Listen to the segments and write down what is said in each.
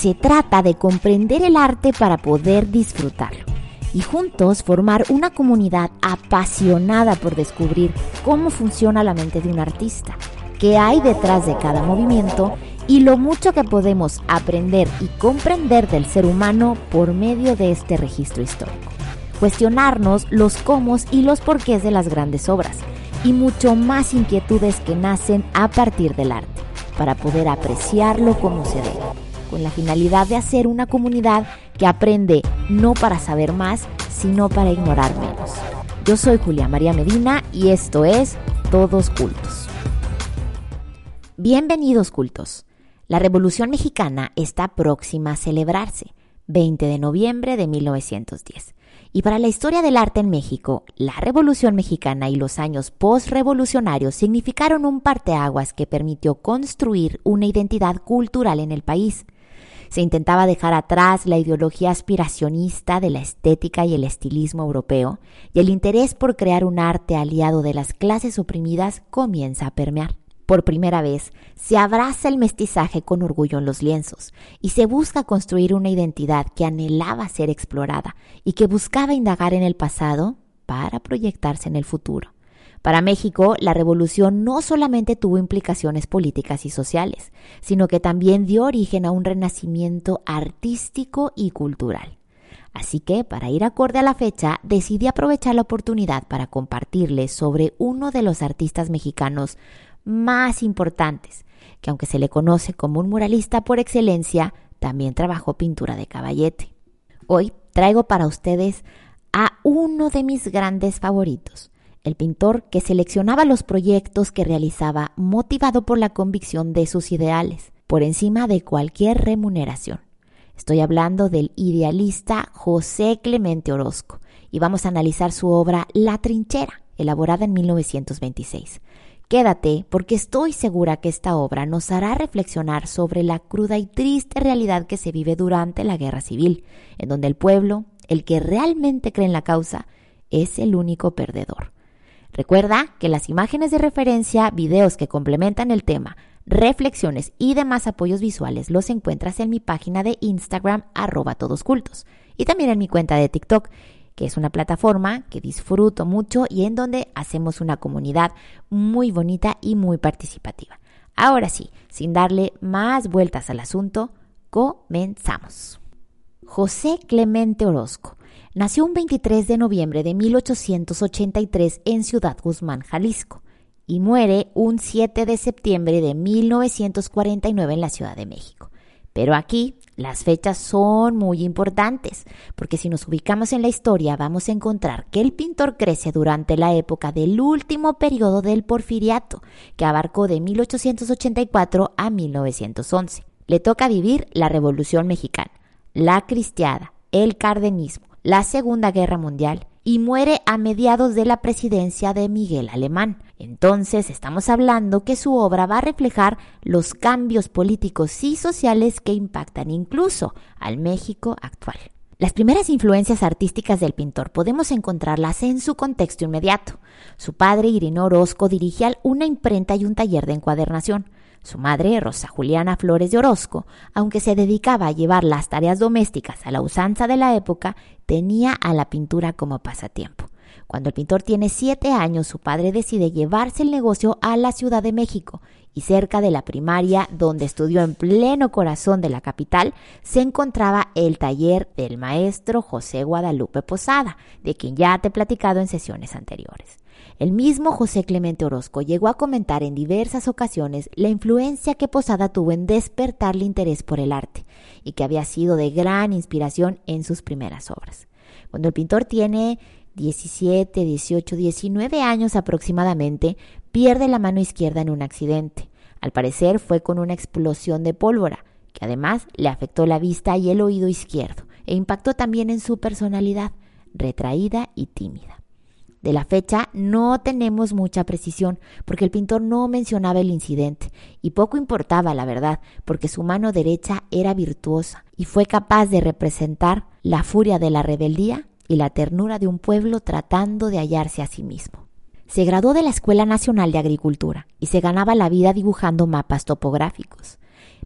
Se trata de comprender el arte para poder disfrutarlo y juntos formar una comunidad apasionada por descubrir cómo funciona la mente de un artista, qué hay detrás de cada movimiento y lo mucho que podemos aprender y comprender del ser humano por medio de este registro histórico. Cuestionarnos los cómo y los porqués de las grandes obras y mucho más inquietudes que nacen a partir del arte, para poder apreciarlo como se debe, con la finalidad de hacer una comunidad que aprende no para saber más, sino para ignorar menos. Yo soy Julia María Medina y esto es Todos Cultos. Bienvenidos cultos. La Revolución Mexicana está próxima a celebrarse, 20 de noviembre de 1910. Y para la historia del arte en México, la Revolución Mexicana y los años postrevolucionarios significaron un parteaguas que permitió construir una identidad cultural en el país. Se intentaba dejar atrás la ideología aspiracionista de la estética y el estilismo europeo, y el interés por crear un arte aliado de las clases oprimidas comienza a permear. Por primera vez, se abraza el mestizaje con orgullo en los lienzos y se busca construir una identidad que anhelaba ser explorada y que buscaba indagar en el pasado para proyectarse en el futuro. Para México, la revolución no solamente tuvo implicaciones políticas y sociales, sino que también dio origen a un renacimiento artístico y cultural. Así que, para ir acorde a la fecha, decidí aprovechar la oportunidad para compartirles sobre uno de los artistas mexicanos más importantes, que aunque se le conoce como un muralista por excelencia, también trabajó pintura de caballete. Hoy traigo para ustedes a uno de mis grandes favoritos, el pintor que seleccionaba los proyectos que realizaba motivado por la convicción de sus ideales, por encima de cualquier remuneración. Estoy hablando del idealista José Clemente Orozco y vamos a analizar su obra La Trinchera, elaborada en 1926. Quédate porque estoy segura que esta obra nos hará reflexionar sobre la cruda y triste realidad que se vive durante la Guerra Civil, en donde el pueblo, el que realmente cree en la causa, es el único perdedor. Recuerda que las imágenes de referencia, videos que complementan el tema, reflexiones y demás apoyos visuales los encuentras en mi página de Instagram @todoscultos y también en mi cuenta de TikTok, que es una plataforma que disfruto mucho y en donde hacemos una comunidad muy bonita y muy participativa. Ahora sí, sin darle más vueltas al asunto, comenzamos. José Clemente Orozco nació un 23 de noviembre de 1883 en Ciudad Guzmán, Jalisco, y muere un 7 de septiembre de 1949 en la Ciudad de México. Pero aquí las fechas son muy importantes, porque si nos ubicamos en la historia vamos a encontrar que el pintor crece durante la época del último periodo del Porfiriato, que abarcó de 1884 a 1911. Le toca vivir la Revolución Mexicana, la Cristiada, el Cardenismo, la Segunda Guerra Mundial y muere a mediados de la presidencia de Miguel Alemán. Entonces estamos hablando que su obra va a reflejar los cambios políticos y sociales que impactan incluso al México actual. Las primeras influencias artísticas del pintor podemos encontrarlas en su contexto inmediato. Su padre, Irineo Orozco, dirigía una imprenta y un taller de encuadernación. Su madre, Rosa Juliana Flores de Orozco, aunque se dedicaba a llevar las tareas domésticas a la usanza de la época, tenía a la pintura como pasatiempo. Cuando el pintor tiene 7 años, su padre decide llevarse el negocio a la Ciudad de México y cerca de la primaria, donde estudió en pleno corazón de la capital, se encontraba el taller del maestro José Guadalupe Posada, de quien ya te he platicado en sesiones anteriores. El mismo José Clemente Orozco llegó a comentar en diversas ocasiones la influencia que Posada tuvo en despertarle interés por el arte y que había sido de gran inspiración en sus primeras obras. Cuando el pintor tiene 17, 18, 19 años aproximadamente, pierde la mano izquierda en un accidente. Al parecer fue con una explosión de pólvora, que además le afectó la vista y el oído izquierdo, e impactó también en su personalidad, retraída y tímida. De la fecha no tenemos mucha precisión porque el pintor no mencionaba el incidente y poco importaba, la verdad, porque su mano derecha era virtuosa y fue capaz de representar la furia de la rebeldía y la ternura de un pueblo tratando de hallarse a sí mismo. Se graduó de la Escuela Nacional de Agricultura y se ganaba la vida dibujando mapas topográficos.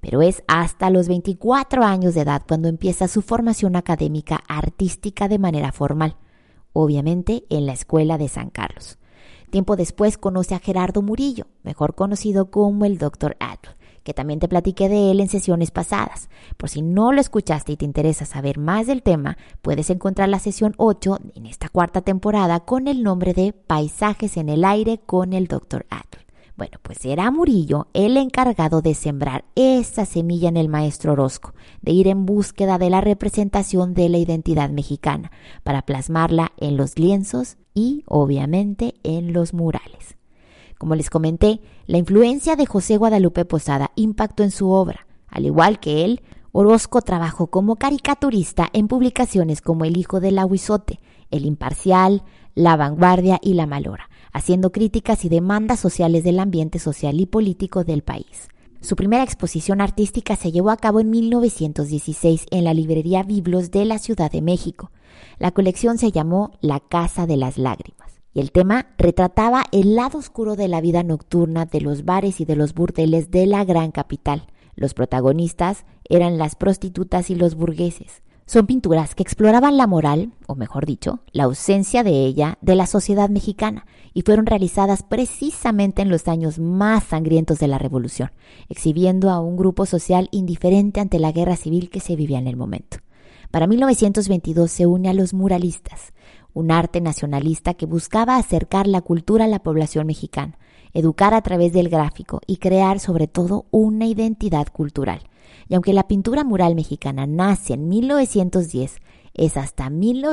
pero es hasta los 24 años de edad cuando empieza su formación académica artística de manera formal, obviamente en la Escuela de San Carlos. Tiempo después conoce a Gerardo Murillo, mejor conocido como el Dr. Atl, que también te platiqué de él en sesiones pasadas. Por si no lo escuchaste y te interesa saber más del tema, puedes encontrar la sesión 8 en esta cuarta temporada con el nombre de Paisajes en el aire con el Dr. Atl. Bueno, pues era Murillo el encargado de sembrar esa semilla en el maestro Orozco, de ir en búsqueda de la representación de la identidad mexicana, para plasmarla en los lienzos y, obviamente, en los murales. Como les comenté, la influencia de José Guadalupe Posada impactó en su obra. Al igual que él, Orozco trabajó como caricaturista en publicaciones como El Hijo del Ahuizote, El Imparcial, La Vanguardia y La Malora, haciendo críticas y demandas sociales del ambiente social y político del país. Su primera exposición artística se llevó a cabo en 1916 en la librería Biblos de la Ciudad de México. La colección se llamó La Casa de las Lágrimas y el tema retrataba el lado oscuro de la vida nocturna de los bares y de los burdeles de la gran capital. Los protagonistas eran las prostitutas y los burgueses. Son pinturas que exploraban la moral, o mejor dicho, la ausencia de ella, de la sociedad mexicana, y fueron realizadas precisamente en los años más sangrientos de la Revolución, exhibiendo a un grupo social indiferente ante la guerra civil que se vivía en el momento. Para 1922 se une a los muralistas, un arte nacionalista que buscaba acercar la cultura a la población mexicana, educar a través del gráfico y crear sobre todo una identidad cultural. Y aunque la pintura mural mexicana nace en 1910, es hasta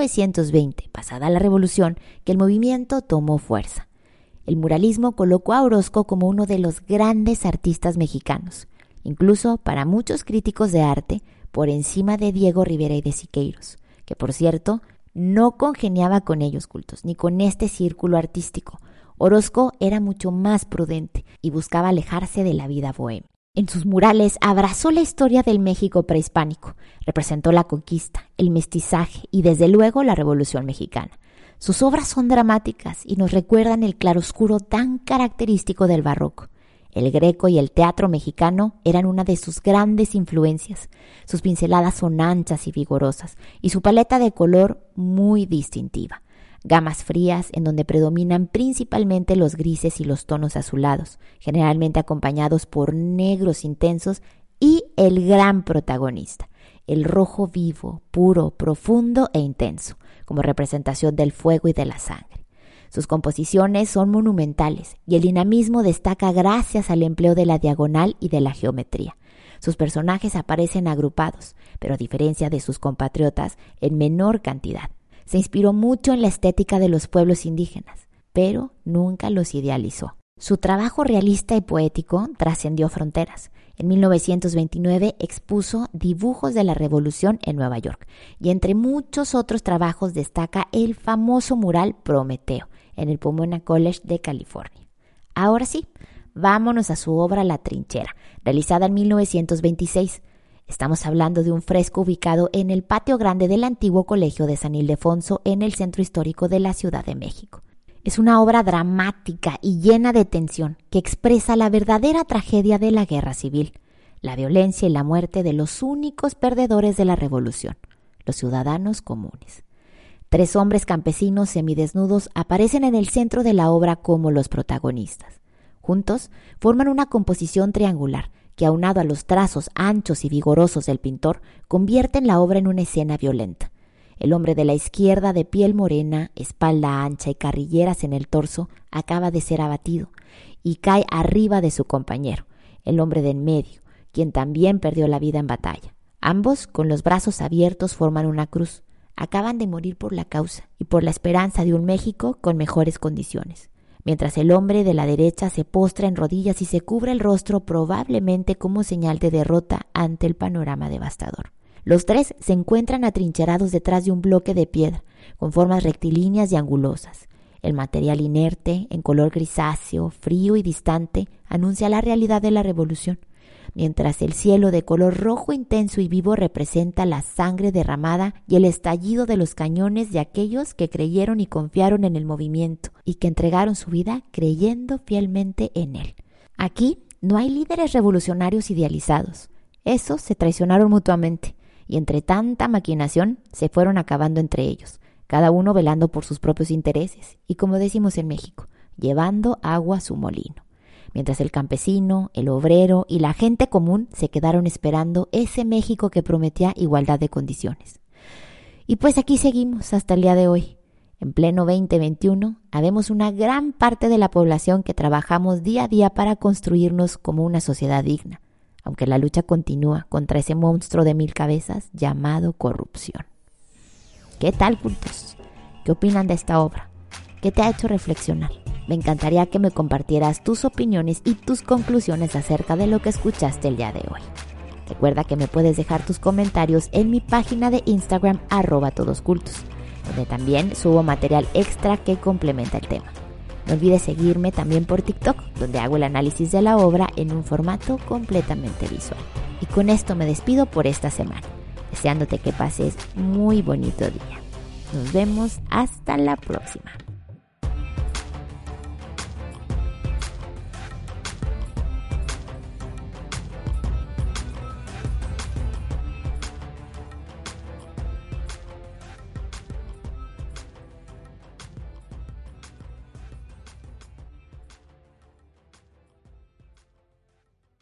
1920, pasada la Revolución, que el movimiento tomó fuerza. El muralismo colocó a Orozco como uno de los grandes artistas mexicanos, incluso para muchos críticos de arte, por encima de Diego Rivera y de Siqueiros, que por cierto, no congeniaba con ellos cultos, ni con este círculo artístico. Orozco era mucho más prudente y buscaba alejarse de la vida bohemia. En sus murales abrazó la historia del México prehispánico, representó la conquista, el mestizaje y desde luego la Revolución Mexicana. Sus obras son dramáticas y nos recuerdan el claroscuro tan característico del barroco. El Greco y el teatro mexicano eran una de sus grandes influencias. Sus pinceladas son anchas y vigorosas y su paleta de color muy distintiva. Gamas frías en donde predominan principalmente los grises y los tonos azulados, generalmente acompañados por negros intensos y el gran protagonista, el rojo vivo, puro, profundo e intenso, como representación del fuego y de la sangre. Sus composiciones son monumentales y el dinamismo destaca gracias al empleo de la diagonal y de la geometría. Sus personajes aparecen agrupados, pero a diferencia de sus compatriotas, en menor cantidad. Se inspiró mucho en la estética de los pueblos indígenas, pero nunca los idealizó. Su trabajo realista y poético trascendió fronteras. En 1929 expuso Dibujos de la Revolución en Nueva York y entre muchos otros trabajos destaca el famoso mural Prometeo en el Pomona College de California. Ahora sí, vámonos a su obra La Trinchera, realizada en 1926. Estamos hablando de un fresco ubicado en el patio grande del antiguo Colegio de San Ildefonso en el centro histórico de la Ciudad de México. Es una obra dramática y llena de tensión que expresa la verdadera tragedia de la guerra civil, la violencia y la muerte de los únicos perdedores de la revolución, los ciudadanos comunes. 3 hombres campesinos semidesnudos aparecen en el centro de la obra como los protagonistas. Juntos forman una composición triangular que, aunado a los trazos anchos y vigorosos del pintor, convierten la obra en una escena violenta. El hombre de la izquierda, de piel morena, espalda ancha y carrilleras en el torso, acaba de ser abatido y cae arriba de su compañero, el hombre de en medio, quien también perdió la vida en batalla. Ambos, con los brazos abiertos, forman una cruz. Acaban de morir por la causa y por la esperanza de un México con mejores condiciones. Mientras el hombre de la derecha se postra en rodillas y se cubre el rostro probablemente como señal de derrota ante el panorama devastador. Los 3 se encuentran atrincherados detrás de un bloque de piedra, con formas rectilíneas y angulosas. El material inerte, en color grisáceo, frío y distante, anuncia la realidad de la revolución, mientras el cielo de color rojo intenso y vivo representa la sangre derramada y el estallido de los cañones de aquellos que creyeron y confiaron en el movimiento y que entregaron su vida creyendo fielmente en él. Aquí no hay líderes revolucionarios idealizados. Esos se traicionaron mutuamente y entre tanta maquinación se fueron acabando entre ellos, cada uno velando por sus propios intereses y, como decimos en México, llevando agua a su molino, mientras el campesino, el obrero y la gente común se quedaron esperando ese México que prometía igualdad de condiciones. Y pues aquí seguimos hasta el día de hoy. En pleno 2021, habemos una gran parte de la población que trabajamos día a día para construirnos como una sociedad digna, aunque la lucha continúa contra ese monstruo de 1000 cabezas llamado corrupción. ¿Qué tal, cultos? ¿Qué opinan de esta obra? ¿Qué te ha hecho reflexionar? Me encantaría que me compartieras tus opiniones y tus conclusiones acerca de lo que escuchaste el día de hoy. Recuerda que me puedes dejar tus comentarios en mi página de Instagram @todoscultos, donde también subo material extra que complementa el tema. No olvides seguirme también por TikTok, donde hago el análisis de la obra en un formato completamente visual. Y con esto me despido por esta semana, deseándote que pases muy bonito día. Nos vemos hasta la próxima.